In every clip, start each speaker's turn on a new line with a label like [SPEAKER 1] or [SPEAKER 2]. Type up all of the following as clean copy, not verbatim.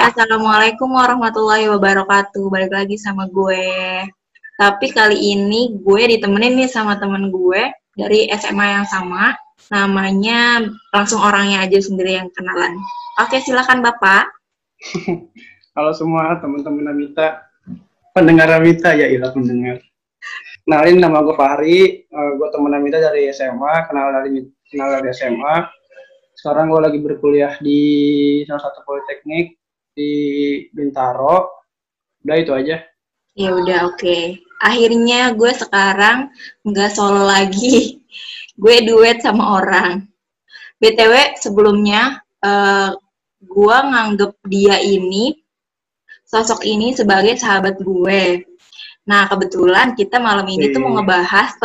[SPEAKER 1] Assalamualaikum warahmatullahi wabarakatuh. Balik lagi sama gue. Tapi kali ini gue ditemenin nih sama temen gue dari SMA yang sama. Namanya langsung orangnya aja sendiri yang kenalan. Oke, silakan Bapak.
[SPEAKER 2] Halo semua teman-teman Amita, pendengar Amita ya ilah pendengar. Kenalin, nama gue Fahri, gue teman Amita dari SMA, kenal dari SMA. Sekarang gue lagi berkuliah di salah satu politeknik di Bintaro. Udah itu aja.
[SPEAKER 1] Ya udah, oke. Akhirnya gue sekarang nggak solo lagi. Gue duet sama orang. BTW sebelumnya gue nganggep dia ini, sosok ini sebagai sahabat gue. Nah, kebetulan kita malam ini tuh mau ngebahas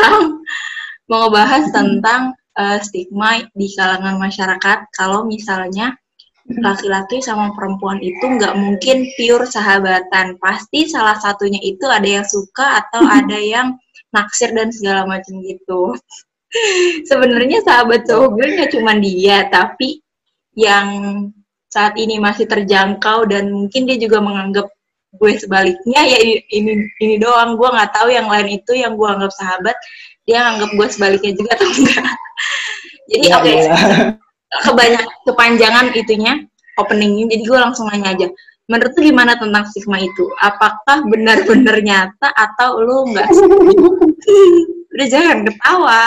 [SPEAKER 1] tentang stigma di kalangan masyarakat kalau misalnya laki-laki sama perempuan itu nggak mungkin pure sahabatan. Pasti salah satunya itu ada yang suka atau ada yang naksir dan segala macam gitu. Sebenarnya sahabat cowok gue nggak cuma dia, tapi yang saat ini masih terjangkau dan mungkin dia juga menganggap gue sebaliknya, ya ini doang. Gue nggak tahu yang lain itu yang gue anggap sahabat, dia anggap gue sebaliknya juga atau enggak. Jadi oke, kepanjangan itunya, openingnya, jadi gue langsung nanya aja. Menurut lu gimana tentang stigma itu? Apakah benar-benar nyata atau lu nggak setuju? Udah jangan ketawa.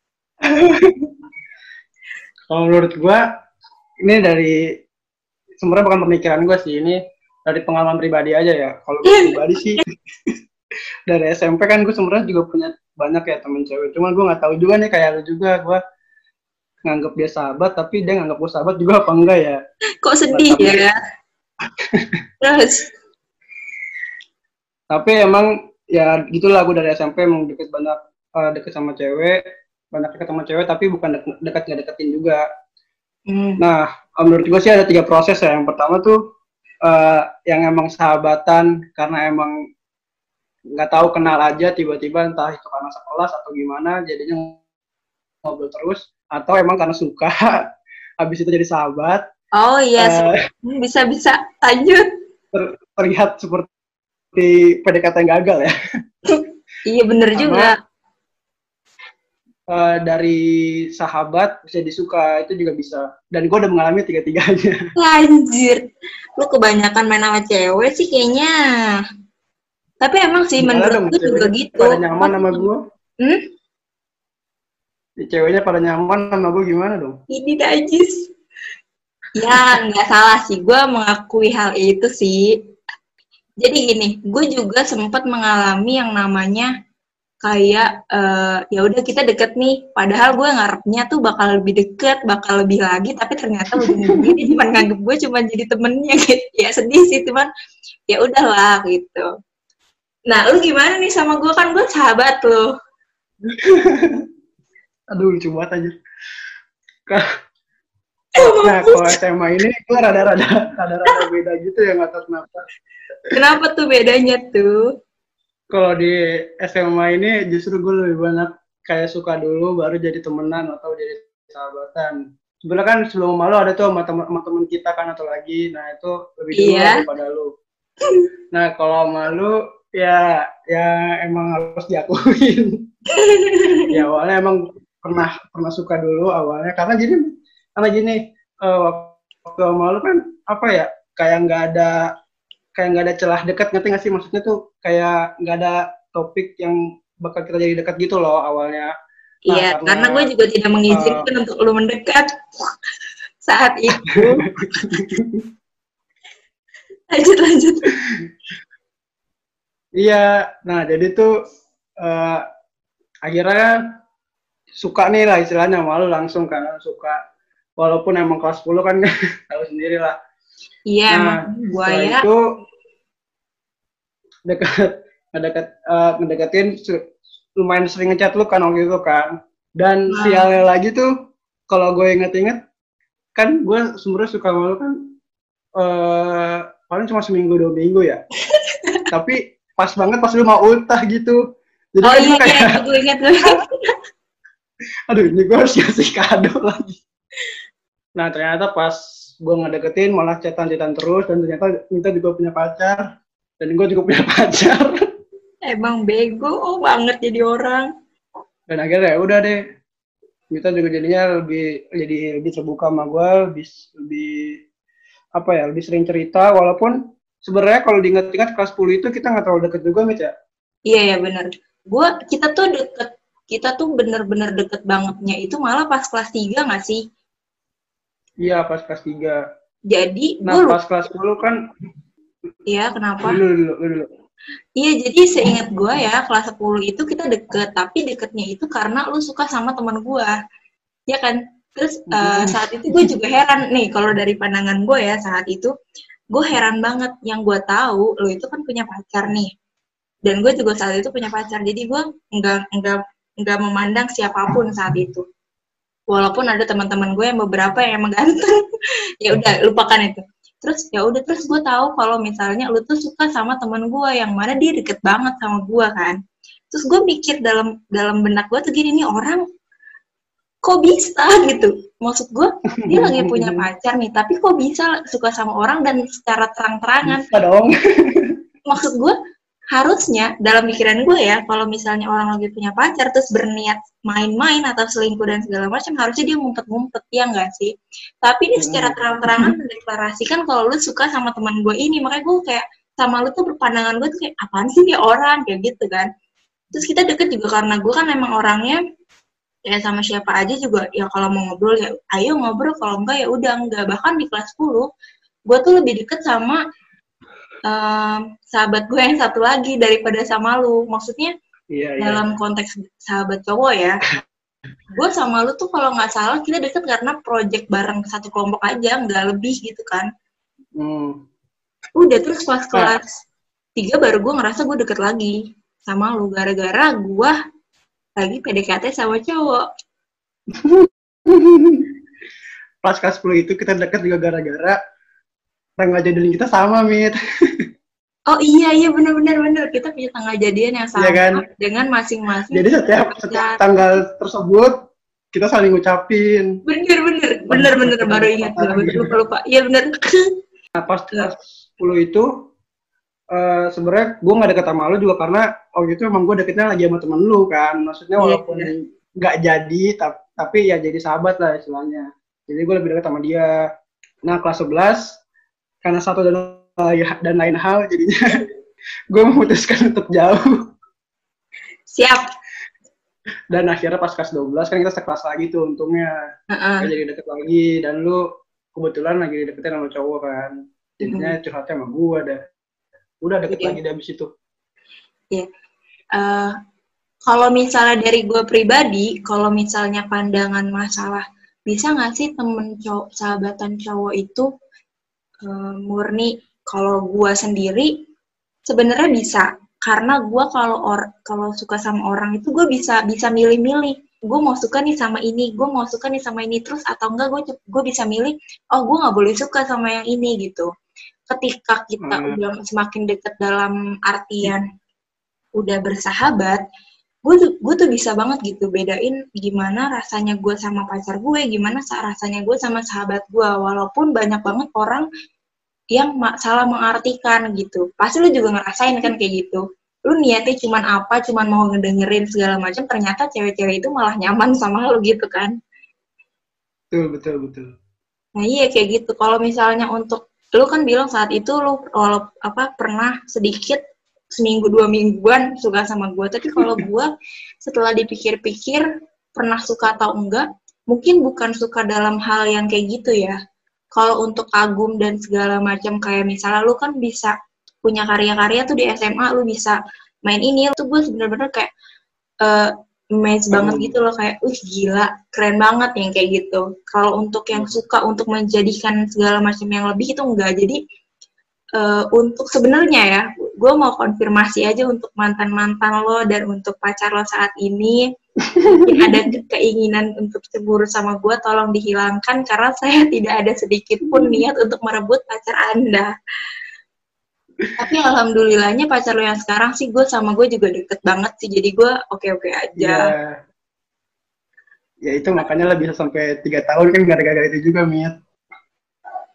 [SPEAKER 2] Kalau menurut gue, ini dari sebenarnya bukan pemikiran gue sih, ini dari pengalaman pribadi aja ya. Kalau gue pribadi sih, dari SMP kan gue sebenarnya juga punya banyak ya temen cewek. Cuman gue nggak tahu juga nih, kayak lu juga, gue nganggap dia sahabat, tapi dia nganggap gue sahabat juga apa enggak ya.
[SPEAKER 1] Kok sedih ya? Terus?
[SPEAKER 2] Tapi emang ya gitulah, gue dari SMP emang deket sama cewek, banyak deket sama cewek, tapi bukan nggak deketin juga. Nah, menurut gue sih ada 3 proses ya. Yang pertama tuh yang emang sahabatan karena emang nggak tahu kenal aja, tiba-tiba entah itu karena sekelas atau gimana jadinya ngobrol terus, atau emang karena suka habis itu jadi sahabat.
[SPEAKER 1] Oh iya, bisa lanjut.
[SPEAKER 2] Terlihat seperti PDKT yang gagal ya.
[SPEAKER 1] Iya bener juga.
[SPEAKER 2] Dari sahabat bisa disuka, itu juga bisa. Dan gue udah mengalami 3-tiganya.
[SPEAKER 1] Anjir, lu kebanyakan main sama cewek sih kayaknya. Tapi emang sih menurut gue juga gitu.
[SPEAKER 2] Pada nyaman sama gue. Ceweknya pada nyaman sama gue, gimana dong?
[SPEAKER 1] Ini najis. Ya nggak salah sih, gue mengakui hal itu sih. Jadi gini, gue juga sempat mengalami yang namanya kayak ya udah kita deket nih, padahal gue ngarepnya tuh bakal lebih deket, bakal lebih lagi, tapi ternyata ujung-ujungnya dia cuma nganggep gue cuma jadi temennya gitu. Ya sedih sih, cuman ya udahlah gitu. Nah, lu gimana nih sama gue? Kan gue sahabat lo.
[SPEAKER 2] Aduh, lucu banget aja. Nah, kalau SMA ini gue rada-rada beda gitu ya, nggak tahu kenapa.
[SPEAKER 1] Kenapa tuh bedanya tuh?
[SPEAKER 2] Kalau di SMA ini justru gue lebih banyak kayak suka dulu, baru jadi temenan atau jadi sahabatan. Sebenarnya kan sebelum malu ada tuh sama teman kita kan atau lagi, nah itu lebih dulu daripada lu. Nah kalau malu ya emang harus diakuin. Ya awalnya emang pernah suka dulu awalnya, karena gini waktu malu kan apa ya, kayak nggak ada celah dekat, ngerti nggak sih maksudnya tuh, kayak nggak ada topik yang bakal kita jadi dekat gitu loh awalnya. Nah,
[SPEAKER 1] iya, karena gue juga tidak mengizinkan untuk lu mendekat saat itu. lanjut.
[SPEAKER 2] Iya, nah jadi tuh akhirnya suka nih lah istilahnya, malu langsung kan suka, walaupun emang kelas 10 kan tahu sendiri lah.
[SPEAKER 1] Iya,
[SPEAKER 2] nah,
[SPEAKER 1] gue ya.
[SPEAKER 2] Itu ngedeketin lumayan sering ngechat lu kan waktu itu kan. Dan sialnya lagi tuh, kalau gue inget-inget kan gue sebenarnya suka sama lu kan paling cuma seminggu 2 minggu ya. Tapi pas banget pas lu mau ultah gitu. Jadi kan
[SPEAKER 1] iya, kayak gue inget.
[SPEAKER 2] Aduh, ini gue harus kasih kado lagi. Nah ternyata pas gue nggak deketin, malah chatan-chatan terus, dan ternyata Mita juga punya pacar, dan gue juga punya pacar.
[SPEAKER 1] Emang bego banget jadi orang.
[SPEAKER 2] Dan akhirnya ya udah deh, Mita juga jadinya lebih terbuka sama gue, lebih apa ya, lebih sering cerita, walaupun sebenarnya kalau diingat-ingat kelas 10 itu kita nggak terlalu deket juga, Mit ya.
[SPEAKER 1] Iya ya benar. Kita tuh bener-bener deket bangetnya itu malah pas kelas 3 nggak sih?
[SPEAKER 2] Iya, pas kelas 3.
[SPEAKER 1] Jadi
[SPEAKER 2] Nah, pas kelas 10 kan.
[SPEAKER 1] Iya, kenapa?
[SPEAKER 2] Dulu.
[SPEAKER 1] Iya, jadi seingat gue ya, kelas 10 itu kita deket, tapi deketnya itu karena lu suka sama teman gue. Ya kan? Terus saat itu gue juga heran nih, kalau dari pandangan gue ya saat itu, gue heran banget. Yang gue tahu, lu itu kan punya pacar nih. Dan gue juga saat itu punya pacar, jadi gue nggak memandang siapapun saat itu. Walaupun ada teman-teman gue yang beberapa yang emang ganteng, ya udah lupakan itu. Terus ya udah, terus gue tahu kalau misalnya lu tuh suka sama teman gue yang mana dia deket banget sama gue kan. Terus gue mikir dalam benak gue tuh gini, nih orang kok bisa gitu. Maksud gue dia lagi punya pacar nih, tapi kok bisa suka sama orang dan secara terang-terangan.
[SPEAKER 2] Bisa dong.
[SPEAKER 1] Maksud gue harusnya dalam pikiran gue ya, kalau misalnya orang lagi punya pacar terus berniat main-main atau selingkuh dan segala macam, harusnya dia ngumpet-ngumpet, ya nggak sih? Tapi ini secara terang-terangan mendeklarasikan kalau lu suka sama teman gue ini, makanya gue kayak sama lu tuh berpandangan gue tuh kayak apaan sih dia orang, kayak gitu kan. Terus kita deket juga karena gue kan emang orangnya ya sama siapa aja juga ya kalau mau ngobrol ya ayo ngobrol, kalau enggak ya udah enggak. Bahkan di kelas 10 gue tuh lebih deket sama sahabat gue yang satu lagi daripada sama lu. Maksudnya dalam konteks sahabat cowok ya, gue sama lu tuh kalau nggak salah kita deket karena project bareng satu kelompok aja, nggak lebih gitu kan. Udah, terus pas kelas 3 baru gue ngerasa gue deket lagi sama lu gara-gara gue lagi PDKT sama cowok.
[SPEAKER 2] Pas kelas 10 itu kita deket juga gara-gara tanggal jadian kita sama, Mit.
[SPEAKER 1] Oh iya benar kita punya tanggal jadian yang sama, ya kan? Dengan masing-masing.
[SPEAKER 2] Jadi setiap tanggal tersebut kita saling ngucapin.
[SPEAKER 1] Bener baru ingat gue, lupa. Iya bener.
[SPEAKER 2] Nah, pas kelas 10 itu sebenarnya gue nggak deket sama lu juga karena waktu itu emang gue deketnya lagi sama temen lu kan. Maksudnya walaupun nggak jadi, tapi ya jadi sahabat lah istilahnya. Jadi gue lebih dekat sama dia. Nah, kelas 11 karena satu dan lain hal jadinya gue memutuskan untuk jauh.
[SPEAKER 1] Siap.
[SPEAKER 2] Dan akhirnya pas kelas 12 kan kita sekelas lagi tuh untungnya. Kita jadi deket lagi dan lu kebetulan lagi deketin sama cowok kan. Jadinya curhatnya sama gue dah. Udah deket lagi dari abis itu.
[SPEAKER 1] Iya. Kalau misalnya dari gue pribadi, kalau misalnya pandangan masalah bisa nggak sih temen cowok, sahabatan cowok itu murni? Kalau gue sendiri sebenarnya bisa, karena gue kalau suka sama orang itu gue bisa milih-milih. Gue mau suka nih sama ini, gue mau suka nih sama ini, terus atau enggak gue bisa milih, oh gue nggak boleh suka sama yang ini gitu. Ketika kita udah semakin dekat dalam artian udah bersahabat, gue tuh bisa banget gitu bedain gimana rasanya gue sama pacar gue, gimana rasanya gue sama sahabat gue. Walaupun banyak banget orang yang salah mengartikan gitu. Pasti lu juga ngerasain kan kayak gitu. Lu niatnya cuman mau ngedengerin segala macam, ternyata cewek-cewek itu malah nyaman sama lu gitu kan.
[SPEAKER 2] Betul.
[SPEAKER 1] Nah iya kayak gitu. Kalau misalnya untuk lu kan bilang saat itu lu pernah sedikit seminggu 2 mingguan suka sama gue, tapi kalau gue setelah dipikir-pikir pernah suka atau enggak, mungkin bukan suka dalam hal yang kayak gitu ya. Kalau untuk kagum dan segala macam, kayak misalnya lu kan bisa punya karya-karya tuh di SMA, lu bisa main ini, tuh gue bener-bener kayak amazed banget gitu loh, kayak gila, keren banget yang kayak gitu. Kalau untuk yang suka untuk menjadikan segala macam yang lebih itu enggak. Jadi untuk sebenarnya ya, gue mau konfirmasi aja untuk mantan-mantan lo dan untuk pacar lo saat ini, mungkin ada keinginan untuk cemburu sama gue, tolong dihilangkan karena saya tidak ada sedikit pun niat untuk merebut pacar Anda. Tapi alhamdulillahnya pacar lo yang sekarang sih gue sama gue juga deket banget sih, jadi gue oke-oke aja.
[SPEAKER 2] Ya itu makanya lah bisa sampai 3 tahun kan gara-gara itu juga, Mit.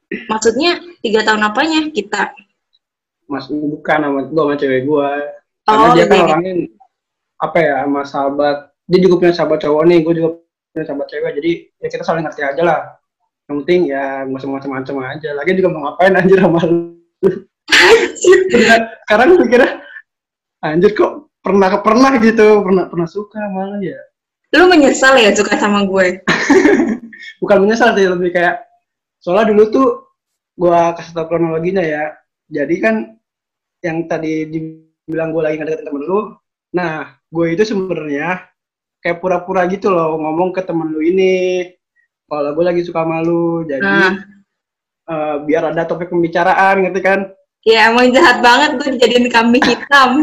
[SPEAKER 1] Maksudnya 3 tahun apanya kita?
[SPEAKER 2] Bukan sama cewek gue. Karena dia kan orangnya apa ya, sama sahabat. Dia juga punya sahabat cowok nih, gue juga punya sahabat cewek. Jadi ya kita saling ngerti aja lah. Yang penting ya nggak usah macam-macam aja. Lagi juga mau ngapain anjir sama lu. Sekarang mikirnya anjir kok pernah gitu, pernah suka malah ya.
[SPEAKER 1] Lu menyesal ya suka sama gue?
[SPEAKER 2] Bukan menyesal sih, lebih kayak soalnya dulu tuh gue kasih tau kronologinya ya. Jadi kan yang tadi dibilang gue lagi ngedeketin temen lu, nah gue itu sebenarnya kayak pura-pura gitu loh ngomong ke temen lu ini kalau gue lagi suka sama lu, jadi biar ada topik pembicaraan gitu kan.
[SPEAKER 1] Ya emang jahat banget gue dijadiin kambing hitam.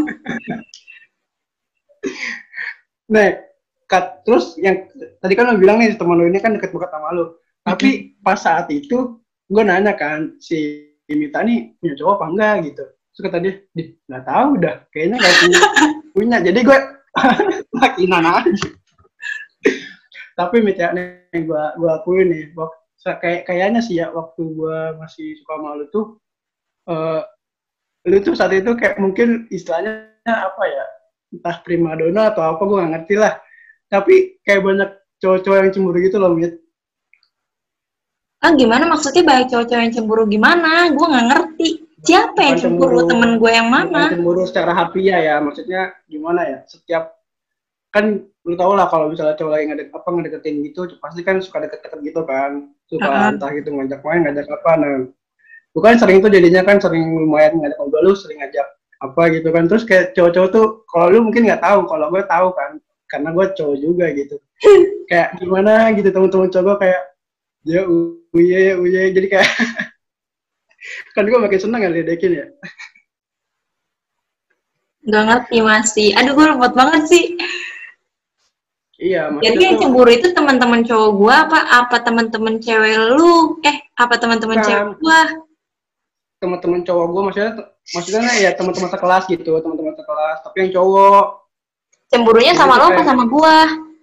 [SPEAKER 2] Nah, terus yang tadi kan lo bilang nih temen lu ini kan deket banget sama lu, tapi pas saat itu gue nanya kan, si Mita nih punya cowok apa enggak gitu. Terus kata dia, nggak tahu dah, kayaknya nggak punya. Jadi gue makinan aja. Tapi Mita nih gue akuin nih, kayaknya sih ya waktu gue masih suka sama lu tuh, lu tuh saat itu kayak mungkin istilahnya apa ya, entah primadona atau apa gue nggak ngerti lah. Tapi kayak banyak cowok-cowok yang cemburu gitu loh, Mit.
[SPEAKER 1] Gimana maksudnya banyak cowok-cowok yang cemburu gimana? Gue nggak ngerti. Siapa yang cemburu? Temen gue yang mana?
[SPEAKER 2] Cemburu secara harfiah ya, maksudnya gimana ya? Setiap kan lu tau lah kalau misalnya cowok lagi ngedeketin gitu, pasti kan suka deket-deket gitu kan, suka entah gitu ngajak main, ngajak apa. Nah, bukan sering tuh jadinya kan sering lumayan ngajak ngobrol, lu sering ngajak apa gitu kan. Terus kayak cowok-cowok tuh, kalau lu mungkin nggak tahu, kalau gue tahu kan, karena gue cowok juga gitu. Kayak gimana gitu temen-temen cowok kayak ya uye, jadi kayak kan gue makin seneng ngeledekin ya.
[SPEAKER 1] Gak ngerti masih. Aduh gue lemot banget sih.
[SPEAKER 2] Iya,
[SPEAKER 1] jadi yang cemburu itu teman-teman cowok gue apa teman-teman cewek lu? Apa teman-teman cewek gue?
[SPEAKER 2] Teman-teman cowok gue maksudnya ya teman-teman sekelas gitu, teman-teman sekelas, tapi yang cowok.
[SPEAKER 1] Cemburunya sama lo apa sama gue?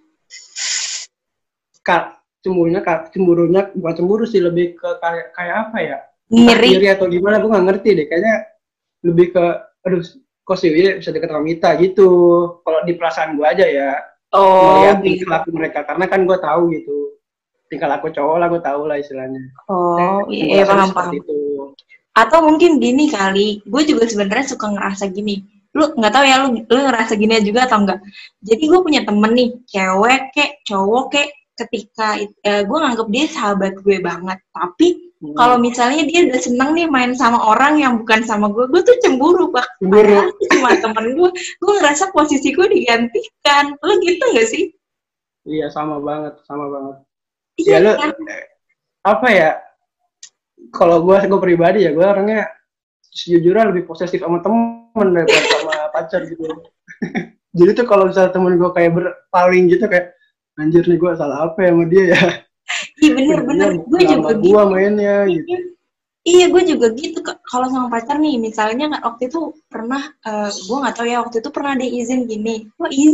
[SPEAKER 2] Cemburunya bukan cemburu sih, lebih ke kayak apa ya?
[SPEAKER 1] Ngiri
[SPEAKER 2] atau gimana, gue nggak ngerti deh. Kayaknya lebih ke aduh kok sih bisa deket sama Mita gitu. Kalau di perasaan gue aja ya. Melihat tingkah laku mereka, karena kan gue tahu gitu. Tingkah laku cowok lah, gue tahu lah istilahnya.
[SPEAKER 1] Iya paham. Atau mungkin gini kali, gue juga sebenarnya suka ngerasa gini. Lu nggak tahu ya, lu ngerasa gini juga atau enggak? Jadi gue punya temen nih, cewek kek, cowok kek, ketika gue nganggep dia sahabat gue banget, tapi kalau misalnya dia udah seneng nih main sama orang yang bukan sama gue tuh cemburu
[SPEAKER 2] Cemburu
[SPEAKER 1] sama temen gue ngerasa posisi gue digantikan. Lo gitu nggak sih?
[SPEAKER 2] Iya sama banget.
[SPEAKER 1] Iya,
[SPEAKER 2] ya lu kan? Apa ya? Kalau gue pribadi ya, gue orangnya sejujurnya lebih posesif sama temen daripada sama pacar gitu. Jadi tuh kalau misalnya temen gue kayak berpaling gitu, kayak anjir nih gue salah apa ya sama dia ya.
[SPEAKER 1] Iya bener, gue juga gitu.
[SPEAKER 2] Mainnya gitu.
[SPEAKER 1] Iya gue juga gitu. Kalau sama pacar nih, misalnya waktu itu pernah, gue nggak tahu ya, waktu itu pernah ada izin gini,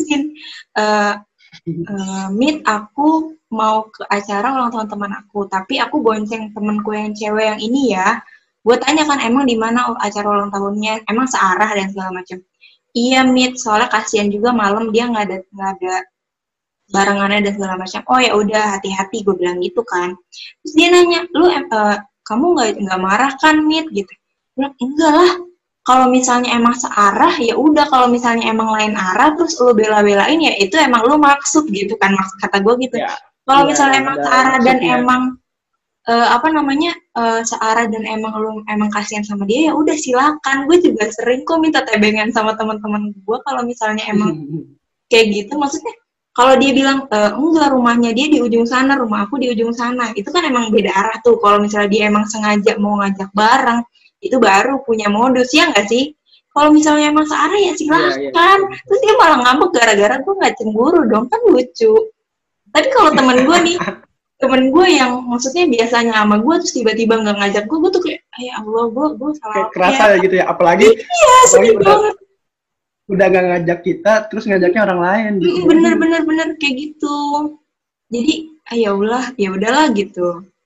[SPEAKER 1] Mit, aku mau ke acara ulang tahun teman aku, tapi aku bonceng temenku yang cewek yang ini ya. Gue tanya kan, emang di mana acara ulang tahunnya, emang searah dan segala macam. Iya Mit, soalnya kasihan juga malam dia nggak ada barengannya dan segala macam. Oh ya udah, hati-hati, gue bilang gitu kan. Terus dia nanya, lu kamu nggak marah kan Mit gitu? Bilang enggak lah. Kalau misalnya emang searah ya udah, kalau misalnya emang lain arah terus lu bela-belain ya itu emang lu maksud gitu kan, maksud kata gue gitu. Ya, kalau misalnya emang searah dan emang searah dan emang lu emang kasihan sama dia ya udah silakan. Gue juga sering kok minta tebengan sama teman-teman gue kalau misalnya emang kayak gitu. Maksudnya kalau dia bilang enggak, rumahnya dia di ujung sana, rumah aku di ujung sana, itu kan emang beda arah tuh. Kalau misalnya dia emang sengaja mau ngajak bareng, itu baru punya modus, ya nggak sih? Kalau misalnya emang searah ya silahkan. Terus dia malah ngambek gara-gara gue nggak cemburu dong, kan lucu. Tapi kalau temen gue yang maksudnya biasanya sama gue terus tiba-tiba nggak ngajak gue tuh kayak ya Allah, gue salah
[SPEAKER 2] kayak kerasa ya gitu ya, apalagi
[SPEAKER 1] sedih banget.
[SPEAKER 2] Udah gak ngajak kita, terus ngajaknya orang lain.
[SPEAKER 1] Gitu. Bener kayak gitu. Jadi ya udahlah gitu.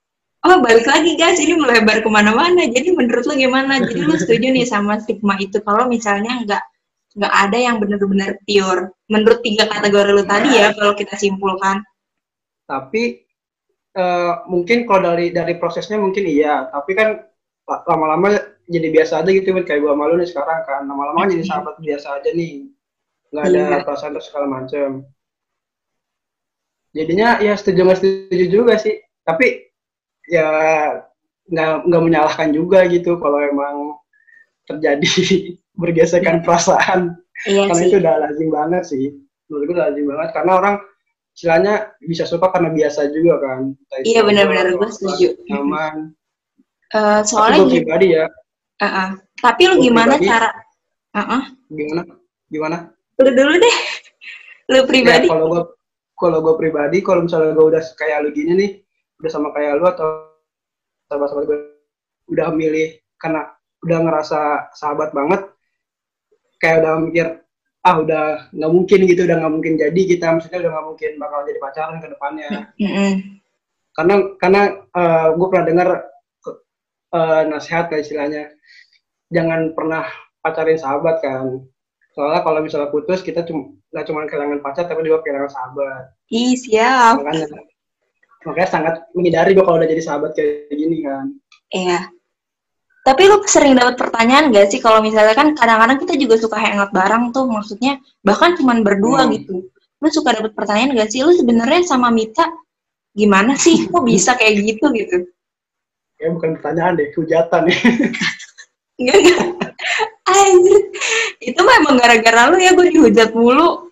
[SPEAKER 1] Oh, balik lagi guys, ini melebar kemana-mana. Jadi menurut lo gimana? Jadi lo setuju nih sama stigma itu kalau misalnya nggak ada yang benar-benar pure. Menurut 3 kategori lo tadi ya, kalau kita simpulkan.
[SPEAKER 2] Tapi mungkin kalau dari prosesnya mungkin iya, tapi kan lama-lama jadi biasa aja gitu, kayak gua malu nih sekarang kan, lama-lama kan jadi sahabat biasa aja nih, nggak ada perasaan terus segala macam. Jadinya ya setuju nggak setuju juga sih, tapi ya nggak menyalahkan juga gitu kalau emang terjadi bergesekan perasaan.
[SPEAKER 1] Iya
[SPEAKER 2] Karena
[SPEAKER 1] sih.
[SPEAKER 2] itu udah lazim banget sih, menurut gue udah lazim banget, karena orang istilahnya bisa suka karena biasa juga kan.
[SPEAKER 1] Iya benar-benar gue setuju.
[SPEAKER 2] Nyaman.
[SPEAKER 1] Soalnya
[SPEAKER 2] tapi gue pribadi ya.
[SPEAKER 1] Tapi lu gimana pribadi, cara?
[SPEAKER 2] Gimana?
[SPEAKER 1] Lu dulu deh. Lu pribadi?
[SPEAKER 2] Ya, kalau gue pribadi, kalau misalnya gue udah kayak lu gini nih, udah sama kayak lu atau sahabat-sahabat gue udah milih karena udah ngerasa sahabat banget, kayak udah mikir udah nggak mungkin gitu, udah nggak mungkin jadi kita, maksudnya udah nggak mungkin bakal jadi pacaran ke depannya. Karena gue pernah dengar nasihat kayak istilahnya, jangan pernah pacarin sahabat kan, soalnya kalau misalnya putus kita nggak cuma kehilangan pacar tapi juga kehilangan sahabat.
[SPEAKER 1] Siap.
[SPEAKER 2] Makanya sangat menghindari gue kalau udah jadi sahabat kayak gini kan.
[SPEAKER 1] Iya. Tapi lu sering dapat pertanyaan gak sih kalau misalnya kan kadang-kadang kita juga suka hangout bareng tuh, maksudnya bahkan cuma berdua gitu. Lu suka dapat pertanyaan gak sih, lu sebenarnya sama Mita gimana sih, kok bisa kayak gitu gitu?
[SPEAKER 2] Ya bukan pertanyaan deh, hujatan nih.
[SPEAKER 1] Enggak. Anjir. Itu memang gara-gara lu ya gue dihujat mulu.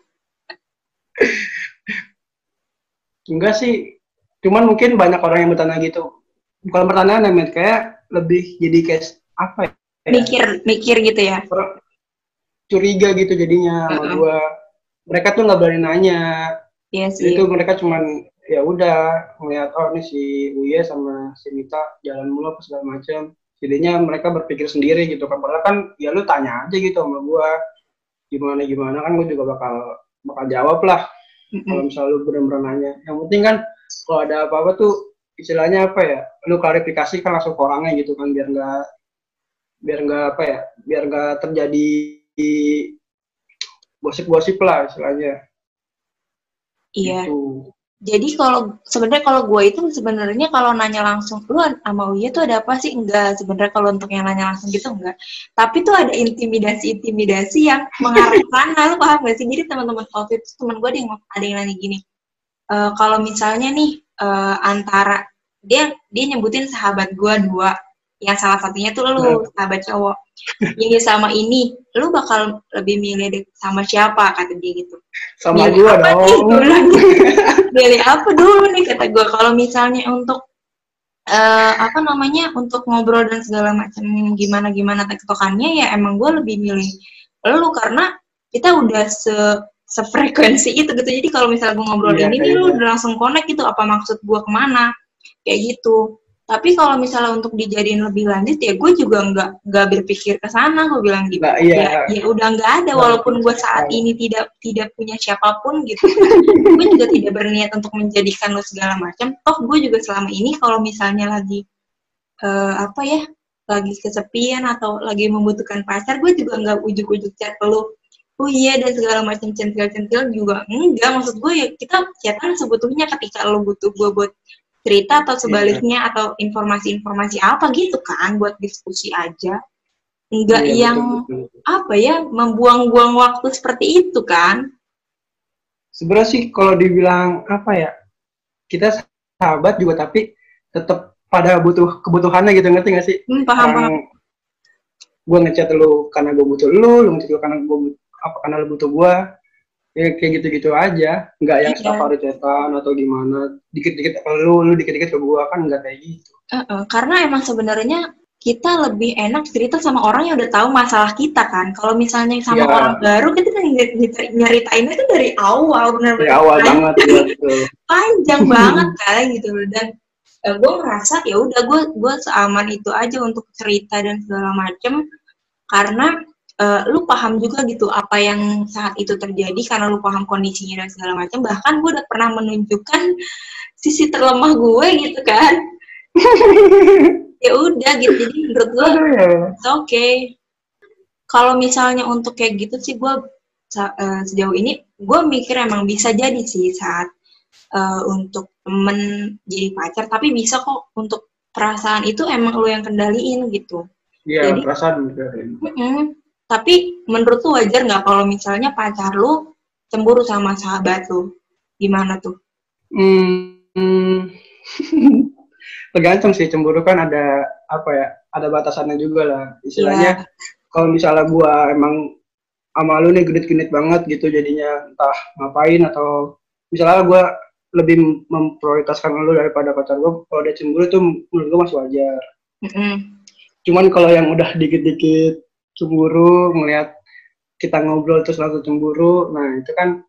[SPEAKER 2] Enggak sih, cuman mungkin banyak orang yang bertanya gitu. Bukan pertanyaan ya, kayak lebih jadi kayak apa ya? Mikir gitu ya. Curiga gitu jadinya sama gua. Mereka tuh nggak berani nanya. Iya sih. Itu mereka cuman ya udah ngeliat ini si Uye sama si Mita jalan mulu apa segala macam. Jadinya mereka berpikir sendiri gitu kan. Padahal kan ya lu tanya aja gitu sama gua. Gimana kan gua juga bakal jawab lah. Kalau misalnya lu bener-bener nanya. Yang penting kan kalau ada apa-apa tuh istilahnya apa ya, lu klarifikasi kan langsung ke orangnya gitu kan, biar nggak terjadi gosip-gosip lah istilahnya.
[SPEAKER 1] Iya. Gitu. Jadi sebenarnya kalau gue itu sebenarnya kalau nanya langsung lu sama Uya tuh ada apa sih? Enggak, sebenarnya kalau untuk yang nanya langsung gitu enggak. Tapi tuh ada intimidasi yang mengarah ke sana, lu paham gak sih? Jadi teman-teman waktu itu teman gue ada yang nanya gini, kalau misalnya nih antara dia nyebutin sahabat gue 2, yang salah satunya tuh lu sahabat cowok, ini sama ini, lu bakal lebih milih sama siapa, kata dia gitu.
[SPEAKER 2] Sama gue dong.
[SPEAKER 1] Milih apa dulu nih, kata gue. Kalau misalnya untuk untuk ngobrol dan segala macam gimana tektokannya, ya emang gue lebih milih lu karena kita udah sefrekuensi itu gitu. Jadi kalau misalnya gue ngobrol ini lu udah langsung connect gitu, apa maksud gue kemana, kayak gitu. Tapi kalau misalnya untuk dijadiin lebih lanjut, ya gue juga nggak berpikir ke sana. Gue bilang gitu, ya udah nggak ada. Walaupun gue saat ini tidak punya siapapun gitu, gue juga tidak berniat untuk menjadikan lo segala macam. Toh gue juga selama ini kalau misalnya lagi lagi kesepian atau lagi membutuhkan pacar, gue juga nggak ujuk-ujuk chat lo. Oh iya, dan segala macam centil-centil juga enggak. Maksud gue ya kita chatan sebetulnya ketika lo butuh gue buat cerita atau sebaliknya atau informasi-informasi apa gitu kan, buat diskusi aja. Enggak betul. Membuang-buang waktu seperti itu kan.
[SPEAKER 2] Sebenarnya sih kalau dibilang kita sahabat juga tapi tetap pada kebutuhannya gitu, ngerti gak sih?
[SPEAKER 1] Paham.
[SPEAKER 2] Gue ngechat lu karena gue butuh lu ngechat lu karena lu butuh gue. Ya kayak gitu-gitu aja, nggak yang setiap hari chatan atau gimana, dikit-dikit lu dikit-dikit ke gua, kan nggak kayak gitu.
[SPEAKER 1] Karena emang sebenarnya kita lebih enak cerita sama orang yang udah tahu masalah kita kan. Kalau misalnya sama orang baru, kita nyeritainnya itu dari awal, benar-benar
[SPEAKER 2] dari awal banget,
[SPEAKER 1] panjang banget kan gitu. Dan gue ngerasa ya udah gue seaman itu aja untuk cerita dan segala macem, karena lu paham juga gitu apa yang saat itu terjadi, karena lu paham kondisinya dan segala macam. Bahkan gue udah pernah menunjukkan sisi terlemah gue gitu kan, Ya udah gitu, jadi menurut gue it's okay. Kalau misalnya untuk kayak gitu sih gue sejauh ini gue mikir emang bisa jadi sih saat untuk temen jadi pacar, tapi bisa kok untuk perasaan itu emang lo yang kendaliin gitu.
[SPEAKER 2] Iya,
[SPEAKER 1] Jadi
[SPEAKER 2] perasaan.
[SPEAKER 1] tapi menurut lu wajar nggak kalau misalnya pacar lu cemburu sama sahabat lu? Gimana tuh?
[SPEAKER 2] Hmm, tergantung sih, cemburu kan ada apa ya, ada batasannya juga lah. Istilahnya kalau misalnya gua emang sama lu nih genit-genit banget gitu, jadinya entah ngapain atau misalnya gua lebih memprioritaskan lu daripada pacar gua, kalau dia cemburu tuh menurut gua masih wajar. Cuman kalau yang udah dikit-dikit cemburu, ngelihat kita ngobrol terus langsung cemburu, nah itu kan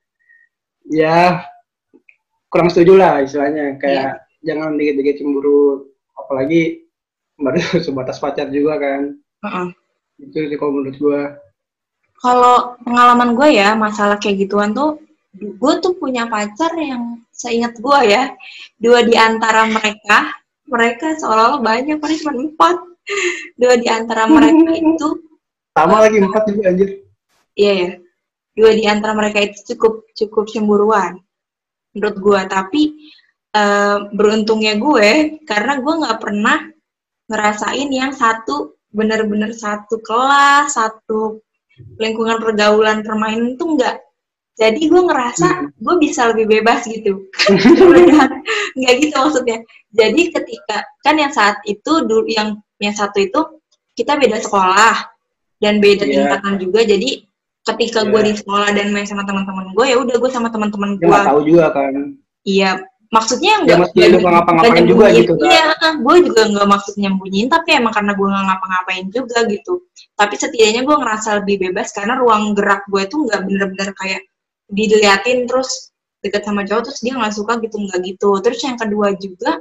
[SPEAKER 2] ya kurang setuju lah istilahnya, kayak jangan dikit-dikit cemburu, apalagi baru sebatas pacar juga kan. Itu sih kalau menurut gue.
[SPEAKER 1] Kalau pengalaman gue ya, masalah kayak gituan tuh, gue tuh punya pacar yang seingat gue ya, 2 di antara mereka seolah-olah banyak, paling cuma 4. 2 di antara mereka itu
[SPEAKER 2] sama lagi 4 juga anjir.
[SPEAKER 1] Iya ya, 2 di antara mereka itu cukup cemburuan menurut gue, tapi beruntungnya gue karena gue nggak pernah ngerasain yang satu benar-benar satu kelas, satu lingkungan pergaulan permainan tuh enggak. Jadi gue ngerasa gue bisa lebih bebas gitu. Enggak gitu maksudnya. Jadi ketika kan yang saat itu dulu yang satu itu kita beda sekolah dan beda tingkatan juga. Jadi ketika gue di sekolah dan main sama teman-teman gue, ya udah gue sama teman-teman gue.
[SPEAKER 2] Nggak tahu juga kan.
[SPEAKER 1] Iya, maksudnya enggak
[SPEAKER 2] ngapa-ngapain juga gitu kan.
[SPEAKER 1] Iya, gue juga enggak maksud nyembunyiin, tapi emang karena gue nggak ngapa-ngapain juga gitu. Tapi setidaknya gue ngerasa lebih bebas karena ruang gerak gue tuh nggak bener-bener kayak diliatin terus deket sama cowok terus dia nggak suka gitu, nggak gitu. Terus yang kedua juga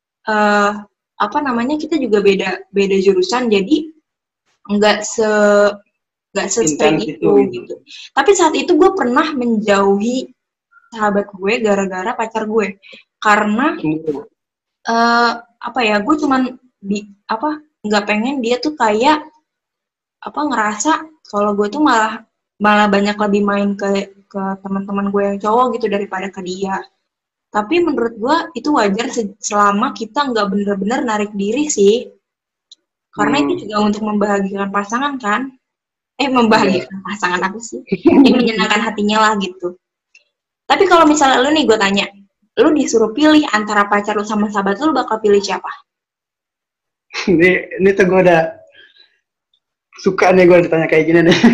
[SPEAKER 1] kita juga beda jurusan, jadi nggak se-stay itu gitu. Tapi saat itu gue pernah menjauhi sahabat gue gara-gara pacar gue, karena gue cuman nggak pengen dia tuh kayak ngerasa kalau gue tuh malah banyak lebih main ke teman-teman gue yang cowok gitu daripada ke dia. Tapi menurut gue itu wajar selama kita nggak bener-bener narik diri sih, karena itu juga untuk membahagiakan pasangan kan, membahagiakan pasangan aku sih, menyenangkan hatinya lah gitu. Tapi kalau misalnya lu nih, gue tanya, lu disuruh pilih antara pacar lu sama sahabat lu bakal pilih siapa?
[SPEAKER 2] Ini tuh gue udah suka nih gue ditanya kayak gini nih.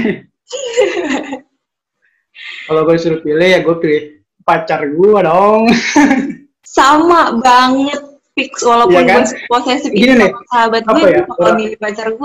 [SPEAKER 2] Kalau gue disuruh pilih ya gue pilih pacar gue dong.
[SPEAKER 1] Sama banget, fix, walaupun gue posesif sama sahabat gue, gue bakal milih pacar gue.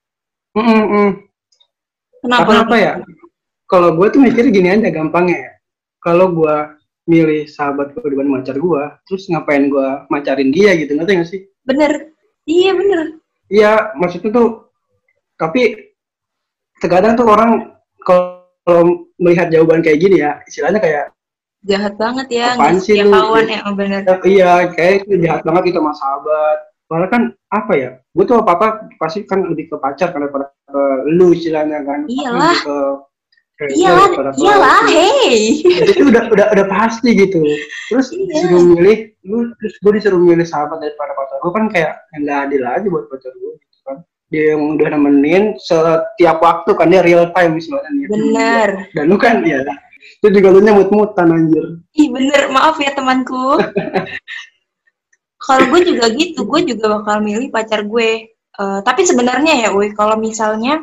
[SPEAKER 2] Kenapa ya? Kalau gue tuh mikir gini aja gampangnya ya. Kalau gue milih sahabat gue dibanding pacar gue, terus ngapain gue macarin dia gitu, ngerti gak sih?
[SPEAKER 1] Bener, iya bener.
[SPEAKER 2] Iya, maksudnya tuh, tapi terkadang tuh orang kalau melihat jawaban kayak gini ya, istilahnya kayak
[SPEAKER 1] jahat banget ya,
[SPEAKER 2] apaan sih lu?
[SPEAKER 1] Kawan ya, bener.
[SPEAKER 2] Iya, kayak itu jahat banget gitu sama sahabat. Padahal kan apa ya, gue tuh apa-apa pasti kan lebih ke pacar kan daripada ke lu istilahnya kan.
[SPEAKER 1] Iyalah. Iyalah, hey.
[SPEAKER 2] Itu udah pasti gitu. Terus disuruh milih, gue disuruh milih sahabat daripada pacar gue kan kayak nggak adil aja buat pacar gue gitu kan. Dia yang udah nemenin setiap waktu kan, dia real time misalnya.
[SPEAKER 1] Bener.
[SPEAKER 2] Dan lu kan ya, itu juga lu mut-mutan anjir.
[SPEAKER 1] Ih bener, maaf ya temanku. Kalau gue juga gitu, gue juga bakal milih pacar gue. Tapi sebenarnya ya, kalau misalnya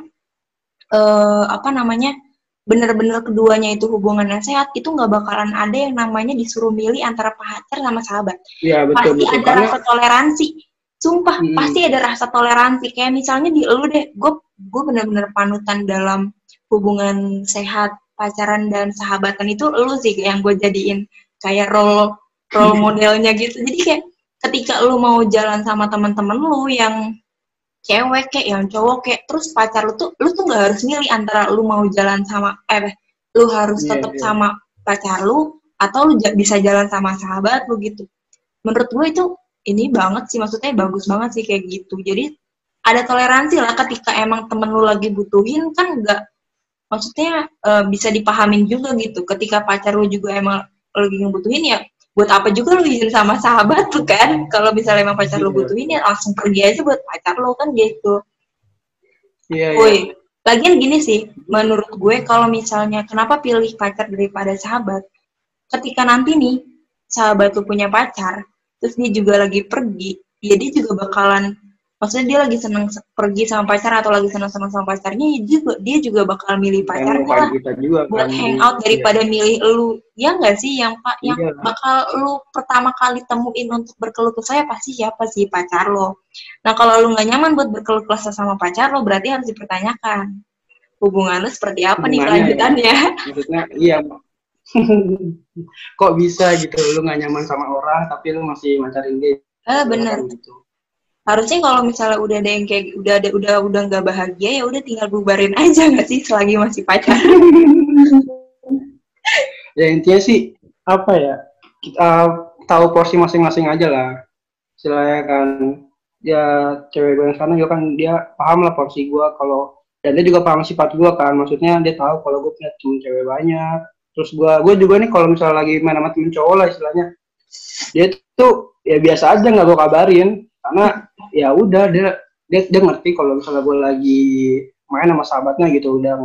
[SPEAKER 1] bener-bener keduanya itu hubungannya sehat, itu nggak bakalan ada yang namanya disuruh milih antara pacar sama sahabat.
[SPEAKER 2] Iya, betul,
[SPEAKER 1] pasti ada rasa toleransi. Sumpah, pasti ada rasa toleransi. Kayak misalnya di lu deh, gue bener-bener panutan dalam hubungan sehat, pacaran dan sahabatan itu lu sih yang gue jadiin kayak role modelnya gitu. Jadi kayak ketika lu mau jalan sama teman-teman lu yang cewek kayak yang cowok kayak, terus pacar lu tuh nggak harus milih antara lu mau jalan sama lu harus tetap sama pacar lu atau lu bisa jalan sama sahabat lu gitu. Menurut gue itu ini banget sih, maksudnya bagus banget sih kayak gitu. Jadi ada toleransi lah ketika emang temen lu lagi butuhin kan nggak, maksudnya bisa dipahamin juga gitu. Ketika pacar lu juga emang lagi ngebutuhin ya, buat apa juga lu izin sama sahabat tuh kan? Kalau misalnya emang pacar lu butuhin ya langsung pergi aja buat pacar lu kan gitu.
[SPEAKER 2] Iya,
[SPEAKER 1] Woi, lagian gini sih, menurut gue kalau misalnya kenapa pilih pacar daripada sahabat? Ketika nanti nih sahabat tuh punya pacar, terus dia juga lagi pergi, ya dia juga bakalan, maksudnya dia lagi seneng pergi sama pacar atau lagi seneng-seneng sama pacarnya, dia juga bakal milih
[SPEAKER 2] kayak
[SPEAKER 1] pacarnya
[SPEAKER 2] ngelupain
[SPEAKER 1] lah
[SPEAKER 2] kita juga
[SPEAKER 1] buat
[SPEAKER 2] kan.
[SPEAKER 1] hangout
[SPEAKER 2] Iya,
[SPEAKER 1] daripada milih lu. Ya nggak sih, yang
[SPEAKER 2] iya,
[SPEAKER 1] bakal lu pertama kali temuin untuk berkeluh kesah ya pasti siapa sih? Pacar lo. Nah kalau lu nggak nyaman buat berkeluh kesah sama pacar lo, berarti harus dipertanyakan hubungan lu seperti apa nih
[SPEAKER 2] hubungannya ya.
[SPEAKER 1] kelanjutannya.
[SPEAKER 2] Maksudnya iya, kok bisa gitu lu nggak nyaman sama orang tapi lu masih macarin dia,
[SPEAKER 1] Bener.
[SPEAKER 2] kan gitu.
[SPEAKER 1] Harusnya kalau misalnya udah ada yang kayak udah nggak bahagia ya udah tinggal bubarin aja nggak sih selagi masih pacaran.
[SPEAKER 2] Ya intinya sih apa ya, kita tahu porsi masing-masing aja lah istilahnya kan. Ya cewek gue yang sekarang juga kan dia paham lah porsi gue, kalau dan dia juga paham sifat gue kan, maksudnya dia tahu kalau gue punya temen cewek banyak. Terus gue juga nih kalau misalnya lagi main sama temen cowok lah istilahnya, dia tuh ya biasa aja nggak gue kabarin karena ya udah dia ngerti kalau misalnya gue lagi main sama sahabatnya gitu, udah